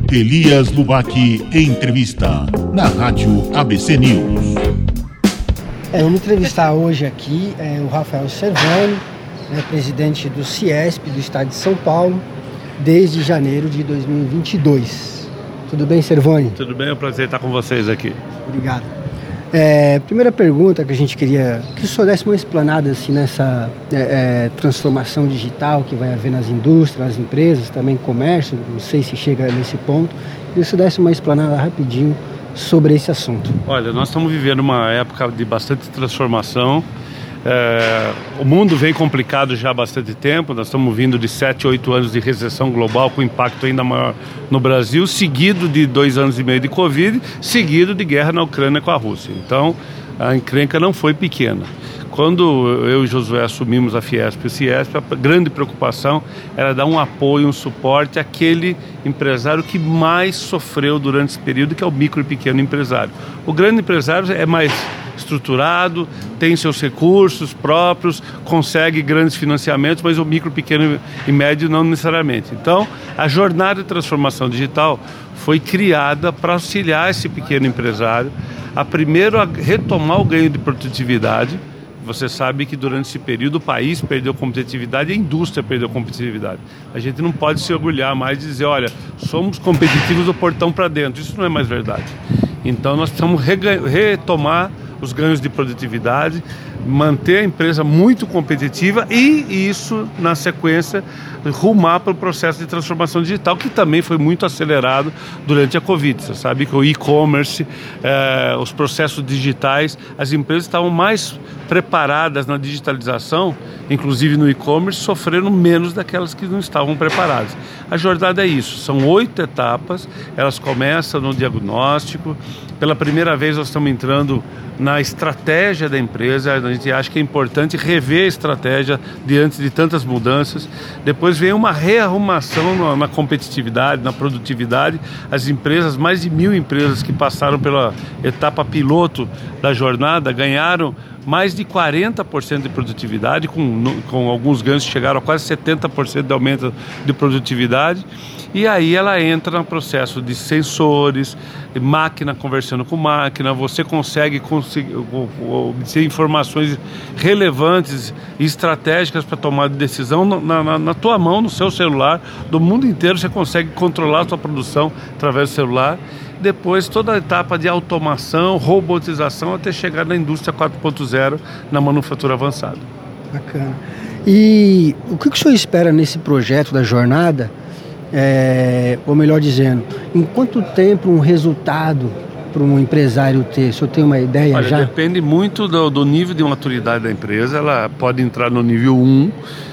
Elias Lubac Entrevista, na Rádio ABC News. Vamos entrevistar hoje aqui o Rafael Servani, presidente do CIESP do estado de São Paulo, desde janeiro de 2022. Tudo bem, Servani? Tudo bem, é um prazer estar com vocês aqui. Obrigado. Primeira pergunta que a gente queria que o senhor desse uma explanada assim, nessa transformação digital que vai haver nas indústrias, nas empresas, também comércio, não sei se chega nesse ponto. Queria que o senhor desse uma explanada rapidinho sobre esse assunto. Olha, nós estamos vivendo uma época de bastante transformação. O mundo vem complicado já há bastante tempo. Nós estamos vindo de 7, 8 anos de recessão global com impacto ainda maior no Brasil, seguido de 2 anos e meio de Covid, seguido de guerra na Ucrânia com a Rússia. Então a encrenca não foi pequena. Quando eu e Josué assumimos a Fiesp e o Ciesp, a grande preocupação era dar um apoio, um suporte àquele empresário que mais sofreu durante esse período, que é o micro e pequeno empresário. O grande empresário é mais estruturado, tem seus recursos próprios, consegue grandes financiamentos, mas o micro, pequeno e médio não necessariamente. Então, a jornada de transformação digital foi criada para auxiliar esse pequeno empresário a primeiro a retomar o ganho de produtividade. Você sabe que durante esse período o país perdeu competitividade e a indústria perdeu competitividade. A gente não pode se orgulhar mais de dizer, olha, somos competitivos do portão para dentro. Isso não é mais verdade. Então nós precisamos retomar os ganhos de produtividade, manter a empresa muito competitiva e isso, na sequência, rumar para o processo de transformação digital, que também foi muito acelerado durante a Covid. Você sabe que o e-commerce, os processos digitais, as empresas estavam mais preparadas na digitalização, inclusive no e-commerce, sofreram menos daquelas que não estavam preparadas. A jornada é isso, são 8 etapas, elas começam no diagnóstico. Pela primeira vez nós estamos entrando na estratégia da empresa. A gente acha que é importante rever a estratégia diante de tantas mudanças. Depois vem uma rearrumação na competitividade, na produtividade. As empresas, mais de 1.000 empresas que passaram pela etapa piloto da jornada, ganharam mais de 40% de produtividade, com alguns ganhos que chegaram a quase 70% de aumento de produtividade. E aí ela entra no processo de sensores, máquina conversando com máquina, você consegue obter informações relevantes e estratégicas para tomar decisão na tua mão, no seu celular. Do mundo inteiro você consegue controlar a sua produção através do celular. Depois toda a etapa de automação, robotização, até chegar na indústria 4.0, na manufatura avançada. Bacana. E o que o senhor espera nesse projeto da jornada? Ou melhor dizendo, em quanto tempo um resultado para um empresário ter? O senhor tem uma ideia? Olha, já? Depende muito do nível de maturidade da empresa. Ela pode entrar no nível 1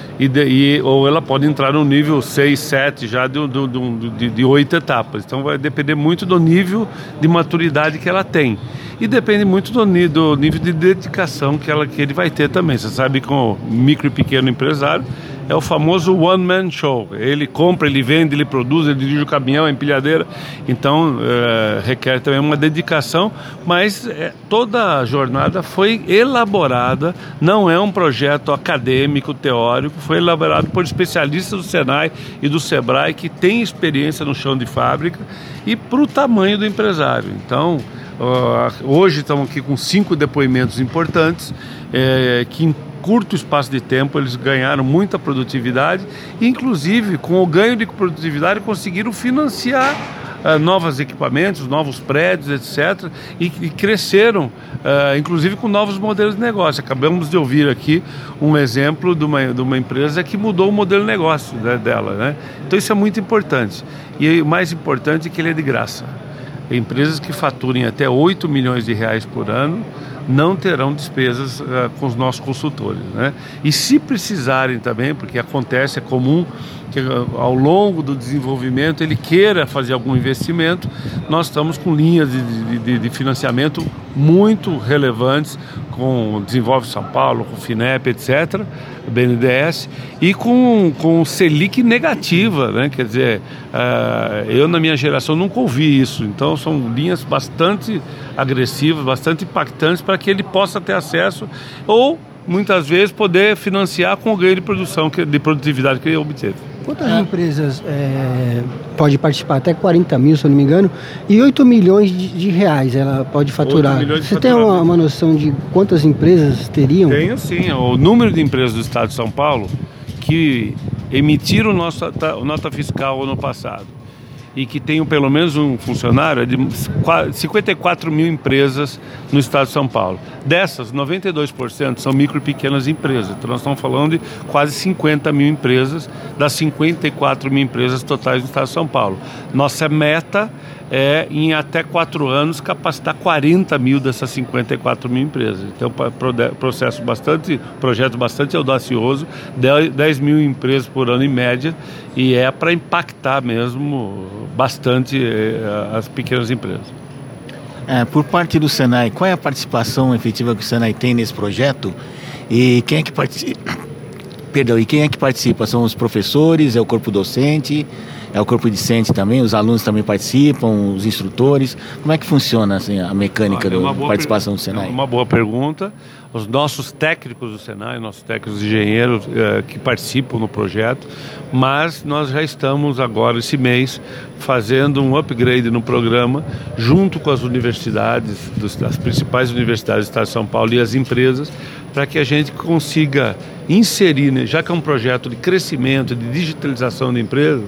ou ela pode entrar no nível 6, 7 já de 8 etapas. Então vai depender muito do nível de maturidade que ela tem. E depende muito do nível de dedicação que ele vai ter também. Você sabe que o micro e pequeno empresário é o famoso one-man show. Ele compra, ele vende, ele produz, ele dirige o caminhão, a empilhadeira. Então, requer também uma dedicação, mas toda a jornada foi elaborada, não é um projeto acadêmico, teórico, foi elaborado por especialistas do Senai e do Sebrae que têm experiência no chão de fábrica e para o tamanho do empresário. Então, hoje estamos aqui com 5 depoimentos importantes que em curto espaço de tempo eles ganharam muita produtividade e inclusive com o ganho de produtividade conseguiram financiar novos equipamentos, novos prédios, etc. E cresceram, inclusive com novos modelos de negócio. Acabamos de ouvir aqui um exemplo de uma empresa que mudou o modelo de negócio dela, né? Então isso é muito importante. E o mais importante é que ele é de graça. Empresas que faturem até 8 milhões de reais por ano não terão despesas com os nossos consultores, né? E se precisarem também, porque acontece, é comum que ao longo do desenvolvimento ele queira fazer algum investimento, nós estamos com linhas de financiamento muito relevantes, com Desenvolve São Paulo, com o FINEP, etc., BNDES, e com Selic negativa, né? Quer dizer, eu na minha geração nunca ouvi isso, então são linhas bastante agressivas, bastante impactantes para que ele possa ter acesso ou muitas vezes poder financiar com o ganho de produtividade que ele obteve. Quantas empresas pode participar? Até 40 mil, se eu não me engano, e 8 milhões de reais ela pode faturar. Você tem uma noção de quantas empresas teriam? Tenho sim. O número de empresas do Estado de São Paulo que emitiram nota fiscal ano passado e que tenham pelo menos um funcionário é de 54 mil empresas no Estado de São Paulo. Dessas, 92% são micro e pequenas empresas. Então nós estamos falando de quase 50 mil empresas das 54 mil empresas totais do Estado de São Paulo. Nossa meta é, em até 4 anos, capacitar 40 mil dessas 54 mil empresas. Então, projeto bastante audacioso, 10 mil empresas por ano em média, e é para impactar mesmo bastante as pequenas empresas. Por parte do Senai, qual é a participação efetiva que o Senai tem nesse projeto? E quem é que participa? E quem é que participa? São os professores, é o corpo docente, é o corpo discente também, os alunos também participam, os instrutores. Como é que funciona assim, a mecânica da participação do Senai? É uma boa pergunta. Os nossos técnicos do Senai, nossos técnicos engenheiros que participam no projeto, mas nós já estamos agora, esse mês, fazendo um upgrade no programa, junto com as universidades, as principais universidades do Estado de São Paulo e as empresas, para que a gente consiga inserir, né, já que é um projeto de crescimento, de digitalização de empresas,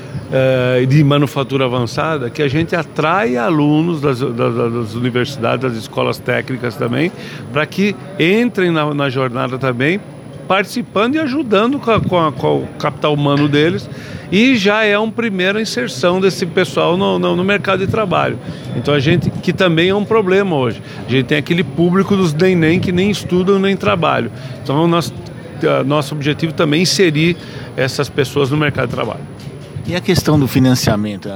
de manufatura avançada, que a gente atrai alunos das universidades, das escolas técnicas também, para que entrem na jornada também, participando e ajudando com o capital humano deles, e já é uma primeira inserção desse pessoal no mercado de trabalho. Então que também é um problema hoje, a gente tem aquele público dos neném que nem estudam nem trabalham. Então nosso objetivo também é inserir essas pessoas no mercado de trabalho. E a questão do financiamento?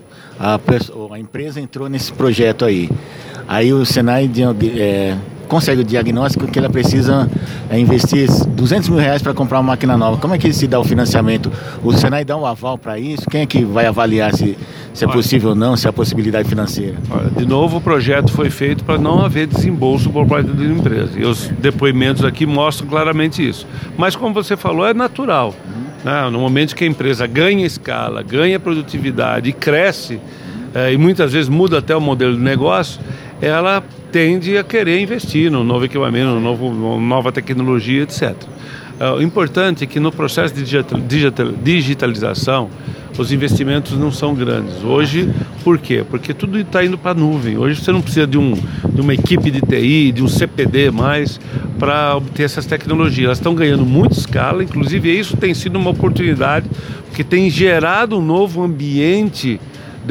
A empresa entrou nesse projeto aí o Senai consegue o diagnóstico que ela precisa investir 200 mil reais para comprar uma máquina nova. Como é que se dá o financiamento? O Senai dá um aval para isso? Quem é que vai avaliar se é possível ou não, se há possibilidade financeira? De novo, o projeto foi feito para não haver desembolso por parte da empresa. E os depoimentos aqui mostram claramente isso. Mas como você falou, é natural. No momento que a empresa ganha escala, ganha produtividade e cresce, e muitas vezes muda até o modelo de negócio, ela tende a querer investir no novo equipamento, nova tecnologia, etc. O importante é que no processo de digitalização, os investimentos não são grandes. Hoje, por quê? Porque tudo está indo para a nuvem. Hoje você não precisa de uma equipe de TI, de um CPD mais, para obter essas tecnologias. Elas estão ganhando muita escala, inclusive isso tem sido uma oportunidade, porque tem gerado um novo ambiente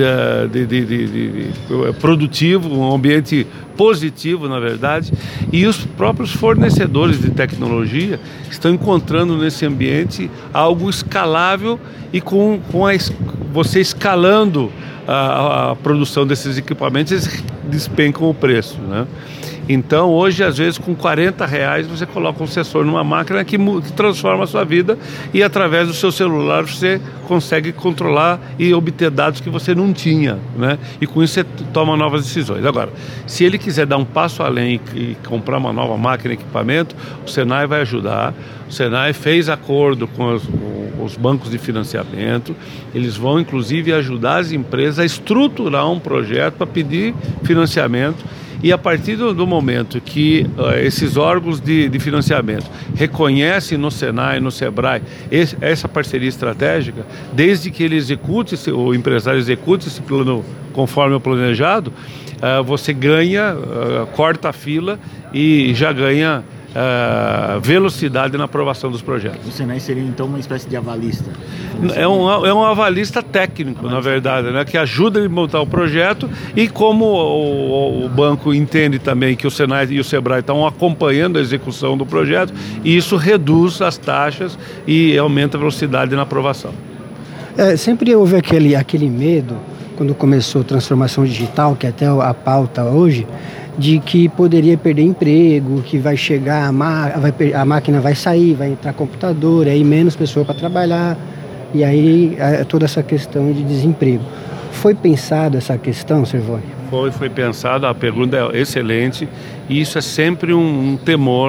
produtivo, um ambiente positivo, na verdade, e os próprios fornecedores de tecnologia estão encontrando nesse ambiente algo escalável e com você escalando a produção desses equipamentos, eles despencam o preço, né? Então, hoje, às vezes, com R$40, você coloca um sensor numa máquina que transforma a sua vida, e através do seu celular você consegue controlar e obter dados que você não tinha, né? E com isso você toma novas decisões. Agora, se ele quiser dar um passo além e comprar uma nova máquina e equipamento, o Senai vai ajudar. O Senai fez acordo com os bancos de financiamento, eles vão inclusive ajudar as empresas a estruturar um projeto para pedir financiamento. E a partir do momento que esses órgãos de financiamento reconhecem no Senai, no Sebrae, essa parceria estratégica, desde que ele o empresário execute esse plano conforme o planejado, você ganha, corta a fila e já ganha velocidade na aprovação dos projetos. O Senai seria então uma espécie de avalista? É um avalista técnico, na verdade, né, que ajuda a montar o projeto, e como o banco entende também que o Senai e o Sebrae estão acompanhando a execução do projeto, isso reduz as taxas e aumenta a velocidade na aprovação. Sempre houve aquele medo, quando começou a transformação digital, que é até a pauta hoje, de que poderia perder emprego, que vai chegar, a máquina vai sair, vai entrar computador, aí menos pessoa para trabalhar, e aí toda essa questão de desemprego. Foi pensado essa questão, Servoni? Foi pensado, a pergunta é excelente, e isso é sempre um temor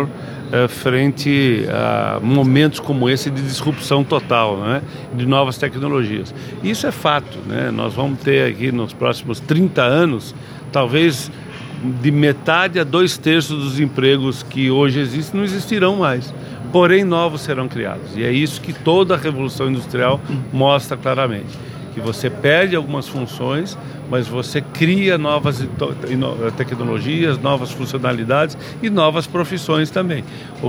frente a momentos como esse de disrupção total, né, de novas tecnologias. Isso é fato, né? Nós vamos ter aqui nos próximos 30 anos, talvez de metade a 2/3 dos empregos que hoje existem não existirão mais, porém novos serão criados. E é isso que toda a Revolução Industrial mostra claramente, que você perde algumas funções, mas você cria novas tecnologias, novas funcionalidades e novas profissões também.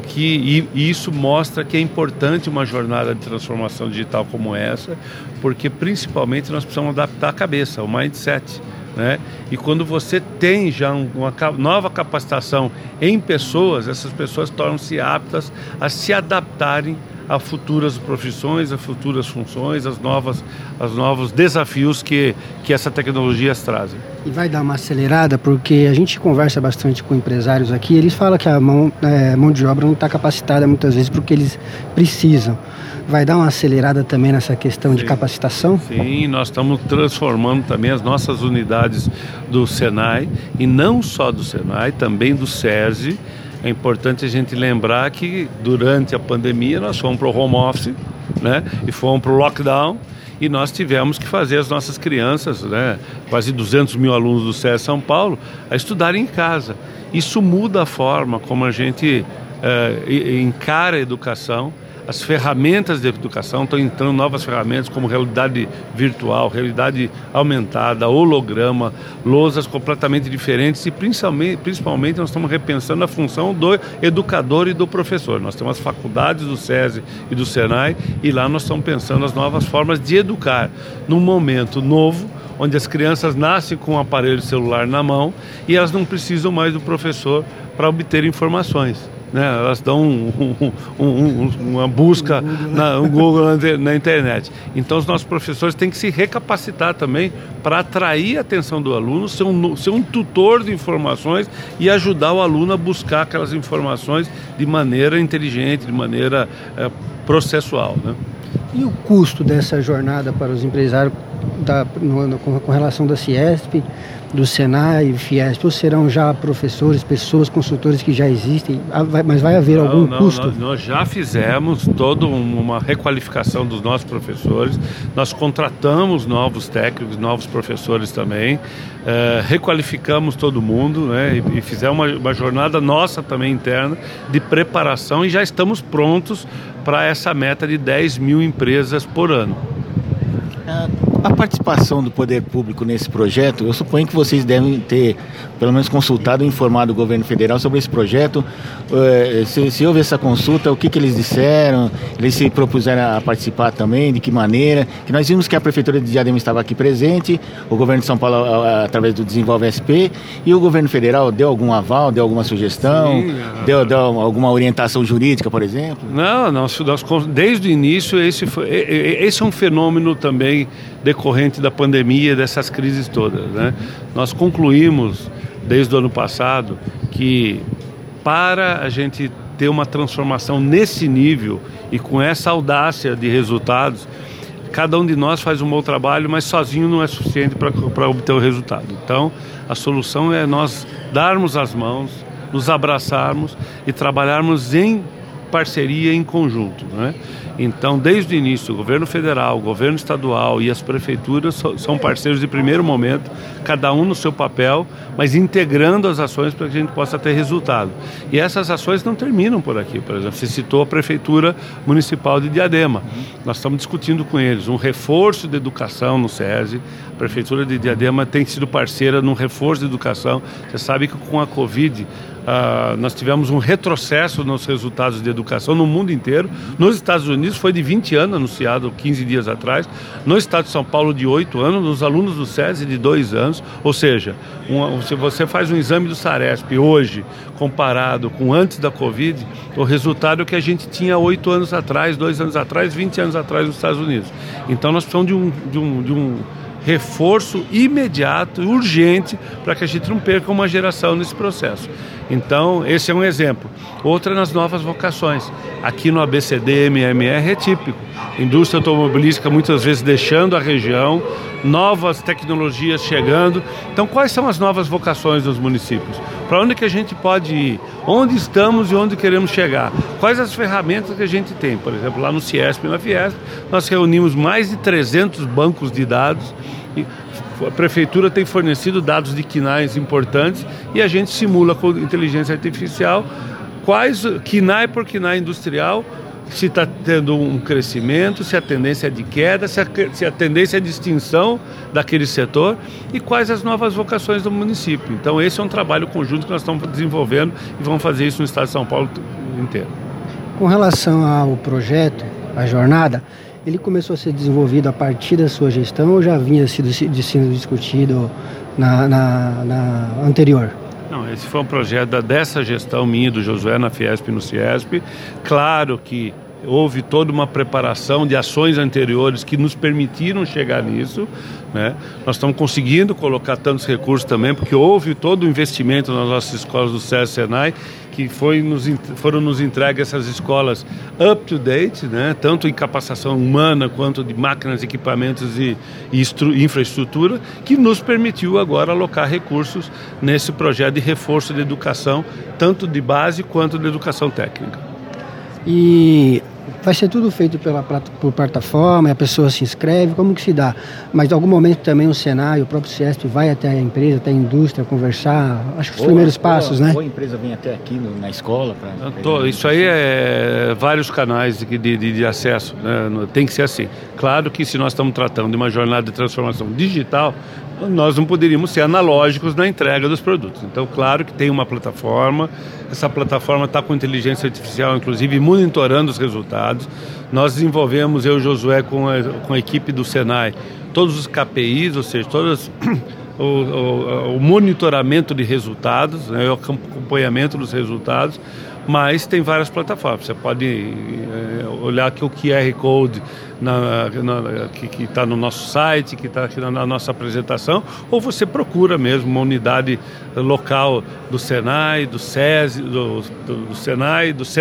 E isso mostra que é importante uma jornada de transformação digital como essa, porque principalmente nós precisamos adaptar a cabeça, o mindset, né? E quando você tem já uma nova capacitação em pessoas, essas pessoas tornam-se aptas a se adaptarem a futuras profissões, a futuras funções, aos novos desafios que essa tecnologia traz. E vai dar uma acelerada, porque a gente conversa bastante com empresários aqui, eles falam que a mão de obra não está capacitada muitas vezes porque eles precisam. Vai dar uma acelerada também nessa questão de capacitação? Sim, nós estamos transformando também as nossas unidades do Senai, e não só do Senai, também do SESI. É importante a gente lembrar que durante a pandemia nós fomos para o home office, né, e fomos para o lockdown, e nós tivemos que fazer as nossas crianças, né, quase 200 mil alunos do SESI São Paulo, a estudarem em casa. Isso muda a forma como a gente encara a educação. As ferramentas de educação estão entrando, novas ferramentas como realidade virtual, realidade aumentada, holograma, lousas completamente diferentes, e principalmente nós estamos repensando a função do educador e do professor. Nós temos as faculdades do SESI e do Senai, e lá nós estamos pensando as novas formas de educar num momento novo, onde as crianças nascem com um aparelho celular na mão e elas não precisam mais do professor para obter informações, né? Elas dão uma busca no Google, na internet. Então os nossos professores têm que se recapacitar também para atrair a atenção do aluno, ser um tutor de informações e ajudar o aluno a buscar aquelas informações de maneira inteligente, de maneira processual, né? E o custo dessa jornada para os empresários com relação da Ciesp, do Senai, Fiesp, ou serão já professores, pessoas, consultores que já existem, mas vai haver algum custo? Nós já fizemos toda uma requalificação dos nossos professores, nós contratamos novos técnicos, novos professores também, requalificamos todo mundo, né, e fizemos uma jornada nossa também interna de preparação, e já estamos prontos para essa meta de 10 mil empresas por ano. A participação do poder público nesse projeto, eu suponho que vocês devem ter, pelo menos, consultado e informado o governo federal sobre esse projeto. Se houve essa consulta, o que eles disseram? Eles se propuseram a participar também? De que maneira? Que nós vimos que a Prefeitura de Diadema estava aqui presente, o governo de São Paulo, através do Desenvolve SP, e o governo federal deu algum aval, deu alguma sugestão? Sim, deu alguma orientação jurídica, por exemplo? Não, desde o início, esse é um fenômeno também decorrente da pandemia, dessas crises todas, né? Nós concluímos desde o ano passado que para a gente ter uma transformação nesse nível e com essa audácia de resultados, cada um de nós faz um bom trabalho, mas sozinho não é suficiente para obter o resultado. Então, a solução é nós darmos as mãos, nos abraçarmos e trabalharmos em parceria, em conjunto, né? Então, desde o início, o governo federal, o governo estadual e as prefeituras são parceiros de primeiro momento, cada um no seu papel, mas integrando as ações para que a gente possa ter resultado. E essas ações não terminam por aqui. Por exemplo, você citou a Prefeitura Municipal de Diadema. Nós estamos discutindo com eles um reforço de educação no SESI. A Prefeitura de Diadema tem sido parceira num reforço de educação. Você sabe que com a Covid nós tivemos um retrocesso nos resultados de educação no mundo inteiro. Nos Estados Unidos foi de 20 anos, anunciado 15 dias atrás. No estado de São Paulo, de 8 anos. Nos alunos do SESI, de 2 anos. Ou seja, se você faz um exame do SARESP hoje, comparado com antes da Covid, o resultado é o que a gente tinha 8 anos atrás, 2 anos atrás, 20 anos atrás nos Estados Unidos. Então nós precisamos reforço imediato, urgente, para que a gente não perca uma geração nesse processo. Então, esse é um exemplo. Outra nas novas vocações. Aqui no ABCD MMR é típico. Indústria automobilística muitas vezes deixando a região, novas tecnologias chegando. Então, quais são as novas vocações dos municípios? Para onde que a gente pode ir? Onde estamos e onde queremos chegar? Quais as ferramentas que a gente tem? Por exemplo, lá no CIESP e na Fiesp, nós reunimos mais de 300 bancos de dados. A prefeitura tem fornecido dados de KNAIs importantes e a gente simula com inteligência artificial quais KNAI por KNAI industrial, se está tendo um crescimento, se a tendência é de queda, se a tendência é de extinção daquele setor e quais as novas vocações do município. Então esse é um trabalho conjunto que nós estamos desenvolvendo e vamos fazer isso no estado de São Paulo inteiro. Com relação ao projeto, a jornada, ele começou a ser desenvolvido a partir da sua gestão ou já vinha sendo discutido na anterior? Não, esse foi um projeto dessa gestão minha, do Josué, na Fiesp e no CIESP. Claro que houve toda uma preparação de ações anteriores que nos permitiram chegar nisso, né? Nós estamos conseguindo colocar tantos recursos também, porque houve todo o investimento nas nossas escolas do SESI Senai, que foram nos entregues essas escolas up to date, né? Tanto em capacitação humana quanto de máquinas, equipamentos e infraestrutura, que nos permitiu agora alocar recursos nesse projeto de reforço de educação, tanto de base quanto de educação técnica. E vai ser tudo feito por plataforma, a pessoa se inscreve, como que se dá? Mas em algum momento também o Senai, o próprio CIESP vai até a empresa, até a indústria, conversar, acho que os primeiros passos, né? Ou a empresa vem até aqui na escola. Isso aí é vários canais de acesso, né? Tem que ser assim. Claro que se nós estamos tratando de uma jornada de transformação digital, nós não poderíamos ser analógicos na entrega dos produtos. Então, claro que tem uma plataforma, essa plataforma está com inteligência artificial, inclusive monitorando os resultados. Nós desenvolvemos, eu e o Josué, com a equipe do Senai, todos os KPIs, ou seja, o monitoramento de resultados, né, o acompanhamento dos resultados, mas tem várias plataformas. Você pode olhar aqui o QR Code que está no nosso site, que está aqui na nossa apresentação, ou você procura mesmo uma unidade local do Senai, do SESI, do Senai, do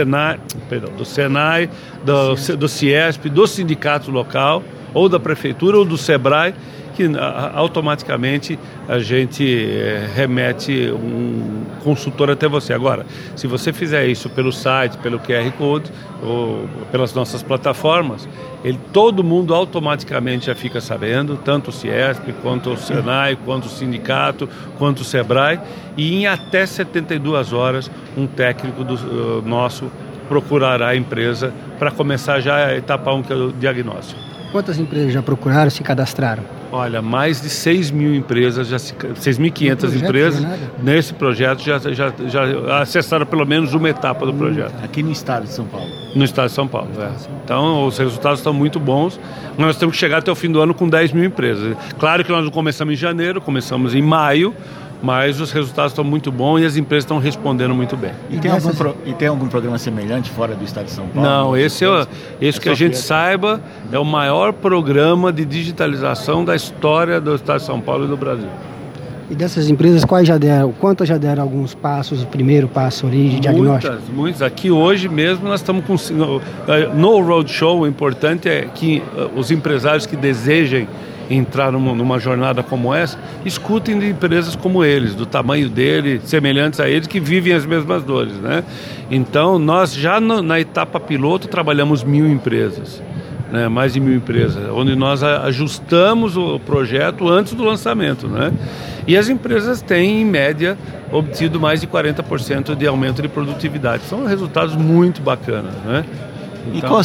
CIESP, do sindicato local, ou da prefeitura, ou do SEBRAE, que automaticamente a gente remete um consultor até você. Agora, se você fizer isso pelo site, pelo QR Code ou pelas nossas plataformas, todo mundo automaticamente já fica sabendo, tanto o CIESP, quanto o Senai, quanto o sindicato, quanto o SEBRAE, e em até 72 horas um técnico nosso procurará a empresa para começar já a etapa 1, que é o diagnóstico. Quantas empresas já procuraram, se cadastraram? Olha, mais de 6.000 empresas, 6.500 empresas nesse projeto já acessaram pelo menos uma etapa do projeto. Aqui no estado de São Paulo? No estado de São Paulo, Então, os resultados estão muito bons. Nós temos que chegar até o fim do ano com 10.000 empresas. Claro que nós não começamos em janeiro, começamos em maio, mas os resultados estão muito bons e as empresas estão respondendo muito bem. E tem algum programa semelhante fora do estado de São Paulo? Não, esse que a gente saiba é o maior programa de digitalização da história do estado de São Paulo e do Brasil. E dessas empresas, quantas já deram alguns passos, o primeiro passo ali de diagnóstico? Muitas. Aqui hoje mesmo nós estamos com... No Roadshow, o importante é que os empresários que desejem entrar numa jornada como essa, escutem de empresas como eles, do tamanho dele, semelhantes a eles, que vivem as mesmas dores, né? Então, nós já na etapa piloto trabalhamos 1.000 empresas, né? Mais de 1.000 empresas, onde nós ajustamos o projeto antes do lançamento, né? E as empresas têm, em média, obtido mais de 40% de aumento de produtividade. São resultados muito bacanas, né? Então,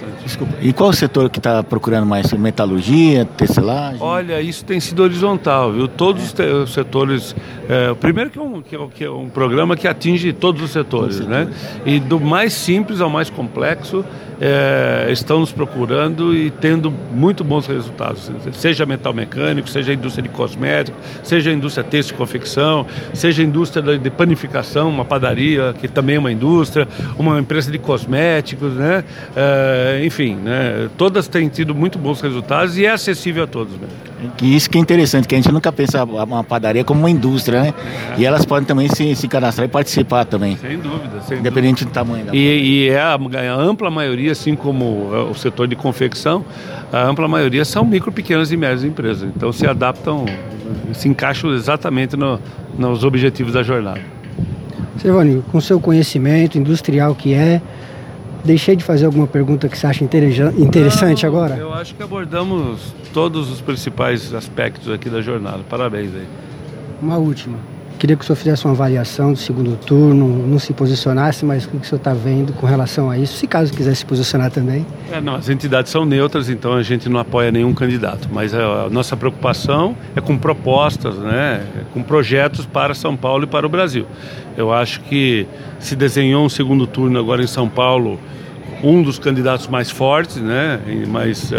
e qual o setor que está procurando mais? Metalurgia, tecelagem? Olha, isso tem sido horizontal, viu? Todos os setores... primeiro que é um programa que atinge todos os setores, né? E do mais simples ao mais complexo, estão nos procurando e tendo muito bons resultados. Seja metal mecânico, seja a indústria de cosméticos, seja a indústria têxtil e confecção, seja a indústria de panificação, uma padaria, que também é uma indústria, uma empresa de cosméticos, né? Enfim, né? Todas têm tido muito bons resultados e é acessível a todos, né? Isso que é interessante, que a gente nunca pensa uma padaria como uma indústria, né? E elas podem também se cadastrar e participar também. Sem dúvida. Independente do tamanho da E a ampla maioria, assim como o setor de confecção, a ampla maioria são micro, pequenas e médias empresas. Então se adaptam, se encaixam exatamente nos objetivos da jornada. Servânio, com seu conhecimento industrial deixei de fazer alguma pergunta que você acha interessante agora? Eu acho que abordamos todos os principais aspectos aqui da jornada. Parabéns aí. Uma última. Queria que o senhor fizesse uma avaliação do segundo turno, não se posicionasse, mas o que o senhor está vendo com relação a isso, se caso quiser se posicionar também. As entidades são neutras, então a gente não apoia nenhum candidato, mas a nossa preocupação é com propostas, né, com projetos para São Paulo e para o Brasil. Eu acho que se desenhou um segundo turno agora em São Paulo, um dos candidatos mais fortes, né, mas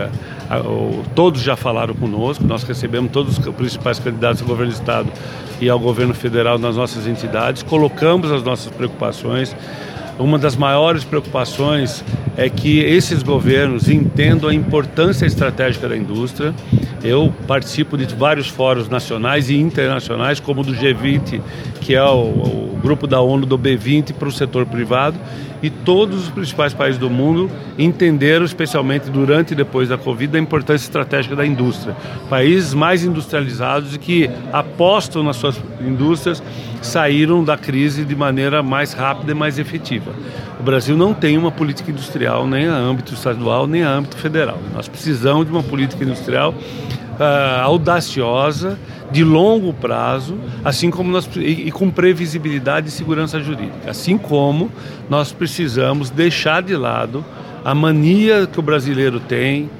todos já falaram conosco, nós recebemos todos os principais candidatos ao governo do Estado e ao governo federal nas nossas entidades, colocamos as nossas preocupações. Uma das maiores preocupações é que esses governos entendam a importância estratégica da indústria. Eu participo de vários fóruns nacionais e internacionais, como o do G20, que é o grupo da ONU do B20 para o setor privado, e todos os principais países do mundo entenderam, especialmente durante e depois da Covid, a importância estratégica da indústria. Países mais industrializados e que apostam nas suas indústrias saíram da crise de maneira mais rápida e mais efetiva. O Brasil não tem uma política industrial nem a âmbito estadual nem a âmbito federal. Nós precisamos de uma política industrial audaciosa, de longo prazo, assim como e com previsibilidade e segurança jurídica. Assim como nós precisamos deixar de lado a mania que o brasileiro tem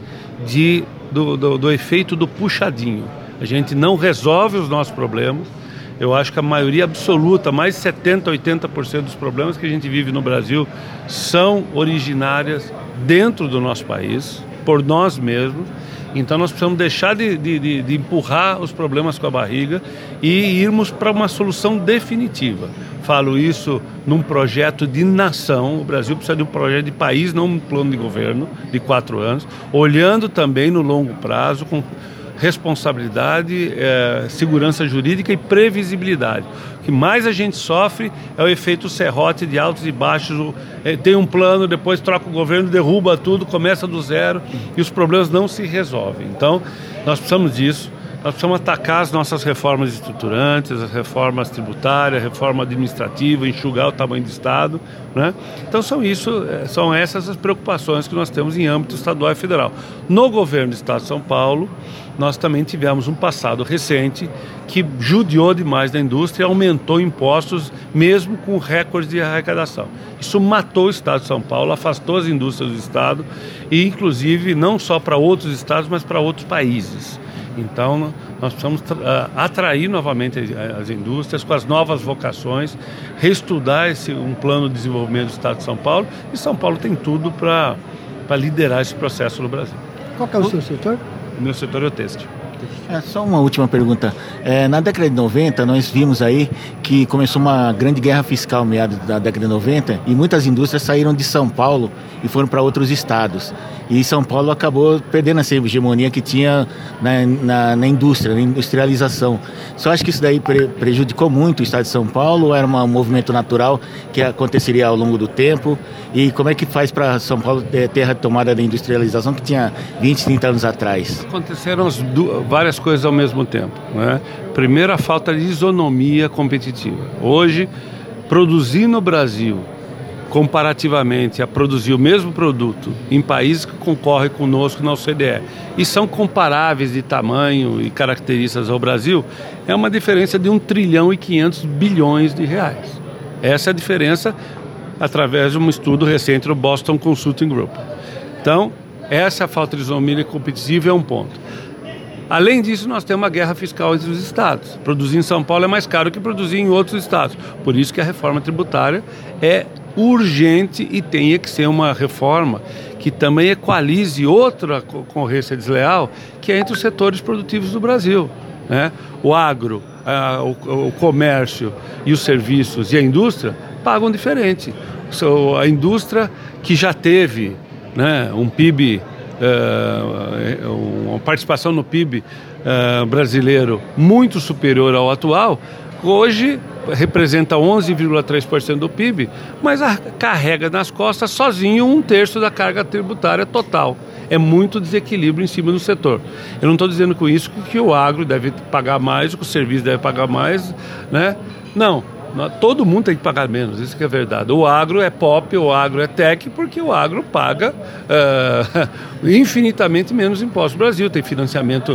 do efeito do puxadinho. A gente não resolve os nossos problemas. Eu acho que a maioria absoluta, mais de 70%, 80% dos problemas que a gente vive no Brasil são originárias dentro do nosso país, por nós mesmos. Então nós precisamos deixar de empurrar os problemas com a barriga e irmos para uma solução definitiva. Falo isso num projeto de nação. O Brasil precisa de um projeto de país, não um plano de governo de 4 anos, olhando também no longo prazo, com responsabilidade, segurança jurídica e previsibilidade. O que mais a gente sofre é o efeito serrote de altos e baixos. Tem um plano, depois troca o governo, derruba tudo, começa do zero e os problemas não se resolvem. Então, nós precisamos disso. Nós precisamos atacar as nossas reformas estruturantes, as reformas tributárias, a reforma administrativa, enxugar o tamanho do Estado, né? Então são essas as preocupações que nós temos em âmbito estadual e federal. No governo do Estado de São Paulo, nós também tivemos um passado recente que judiou demais da indústria e aumentou impostos mesmo com recorde de arrecadação. Isso matou o Estado de São Paulo, afastou as indústrias do Estado e inclusive não só para outros estados, mas para outros países. Então, nós precisamos atrair novamente as indústrias com as novas vocações, reestudar um plano de desenvolvimento do Estado de São Paulo, e São Paulo tem tudo para liderar esse processo no Brasil. Qual que é o seu setor? O meu setor é o têxtil. Só uma última pergunta. Na década de 90, nós vimos aí que começou uma grande guerra fiscal meados da década de 90 e muitas indústrias saíram de São Paulo e foram para outros estados. E São Paulo acabou perdendo essa hegemonia que tinha na indústria, na industrialização. Você acha que isso daí prejudicou muito o estado de São Paulo ou era um movimento natural que aconteceria ao longo do tempo? E como é que faz para São Paulo ter a retomada da industrialização que tinha 20, 30 anos atrás? Aconteceram várias coisas ao mesmo tempo, né? Primeiro, a falta de isonomia competitiva. Hoje, produzir no Brasil, comparativamente a produzir o mesmo produto em países que concorrem conosco na OCDE e são comparáveis de tamanho e características ao Brasil, é uma diferença de 1 trilhão e 500 bilhões de reais. Essa é a diferença através de um estudo recente do Boston Consulting Group. Então, essa falta de isonomia competitiva é um ponto. Além disso, nós temos uma guerra fiscal entre os estados. Produzir em São Paulo é mais caro que produzir em outros estados. Por isso que a reforma tributária é urgente e tem que ser uma reforma que também equalize outra concorrência desleal que é entre os setores produtivos do Brasil, né? O agro, o comércio e os serviços e a indústria pagam diferente. A indústria que já teve, né, um PIB uma participação no PIB brasileiro muito superior ao atual, hoje representa 11,3% do PIB, mas carrega nas costas sozinho 1/3 da carga tributária total. É muito desequilíbrio em cima do setor. Eu não estou dizendo com isso que o agro deve pagar mais, que o serviço deve pagar mais, né? Não, todo mundo tem que pagar menos, isso que é verdade. O agro é pop, o agro é tech, porque o agro paga infinitamente menos impostos. O Brasil tem financiamento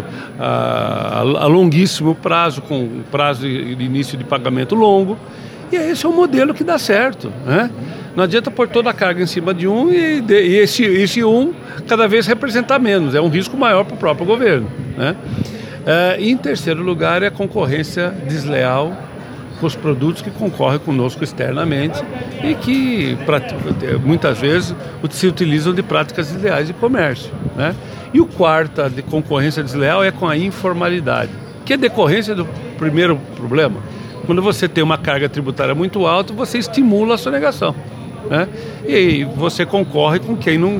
a longuíssimo prazo, com prazo de início de pagamento longo, e esse é o modelo que dá certo, né? Não adianta pôr toda a carga em cima de um e esse um cada vez representar menos. É um risco maior para o próprio governo, né? E em terceiro lugar é a concorrência desleal com os produtos que concorrem conosco externamente e que muitas vezes se utilizam de práticas desleais de comércio, né? E o quarto de concorrência desleal é com a informalidade, que é decorrência do primeiro problema. Quando você tem uma carga tributária muito alta, você estimula a sonegação, né? E você concorre com quem não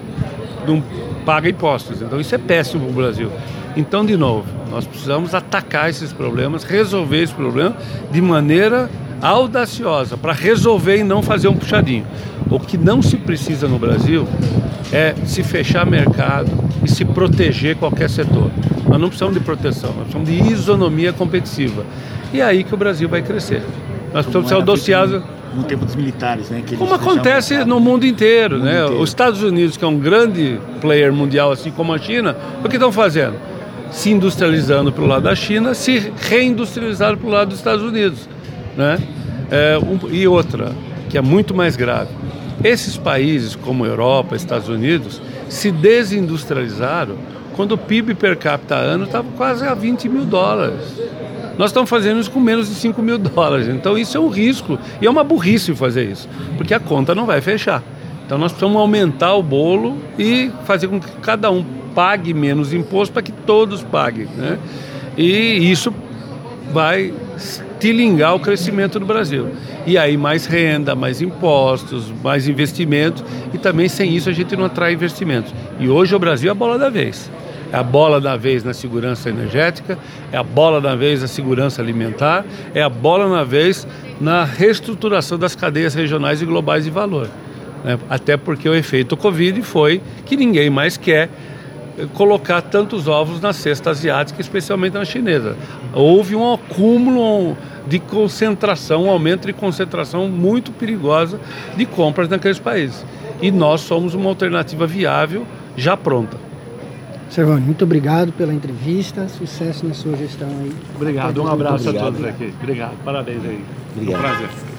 paga impostos. Então isso é péssimo para o Brasil. Então, de novo, nós precisamos atacar esses problemas, resolver esse problema de maneira audaciosa, para resolver e não fazer um puxadinho. O que não se precisa no Brasil é se fechar mercado e se proteger qualquer setor. Nós não precisamos de proteção, nós precisamos de isonomia competitiva. E é aí que o Brasil vai crescer. Nós precisamos ser audaciosos. No tempo dos militares, né? Como acontece no mundo inteiro, né? Os Estados Unidos, que é um grande player mundial, assim como a China, o que estão fazendo? Se industrializando pelo lado da China, se reindustrializaram pelo lado dos Estados Unidos, né? E outra, que é muito mais grave, esses países como Europa, Estados Unidos, se desindustrializaram quando o PIB per capita ano estava quase a $20 mil. Nós estamos fazendo isso com menos de $5 mil. Então isso é um risco e é uma burrice fazer isso, porque a conta não vai fechar. Então nós precisamos aumentar o bolo e fazer com que cada um pague menos imposto para que todos paguem, né? E isso vai estilingar o crescimento do Brasil. E aí mais renda, mais impostos, mais investimentos, e também sem isso a gente não atrai investimentos. E hoje o Brasil é a bola da vez. É a bola da vez na segurança energética, é a bola da vez na segurança alimentar, é a bola da vez na reestruturação das cadeias regionais e globais de valor, né? Até porque o efeito Covid foi que ninguém mais quer colocar tantos ovos na cesta asiática, especialmente na chinesa. Houve um acúmulo de concentração, um aumento de concentração muito perigosa de compras naqueles países. E nós somos uma alternativa viável, já pronta. Servani, muito obrigado pela entrevista, sucesso na sua gestão aí. Obrigado, um abraço a todos aqui. Obrigado, parabéns aí. Obrigado. Um prazer.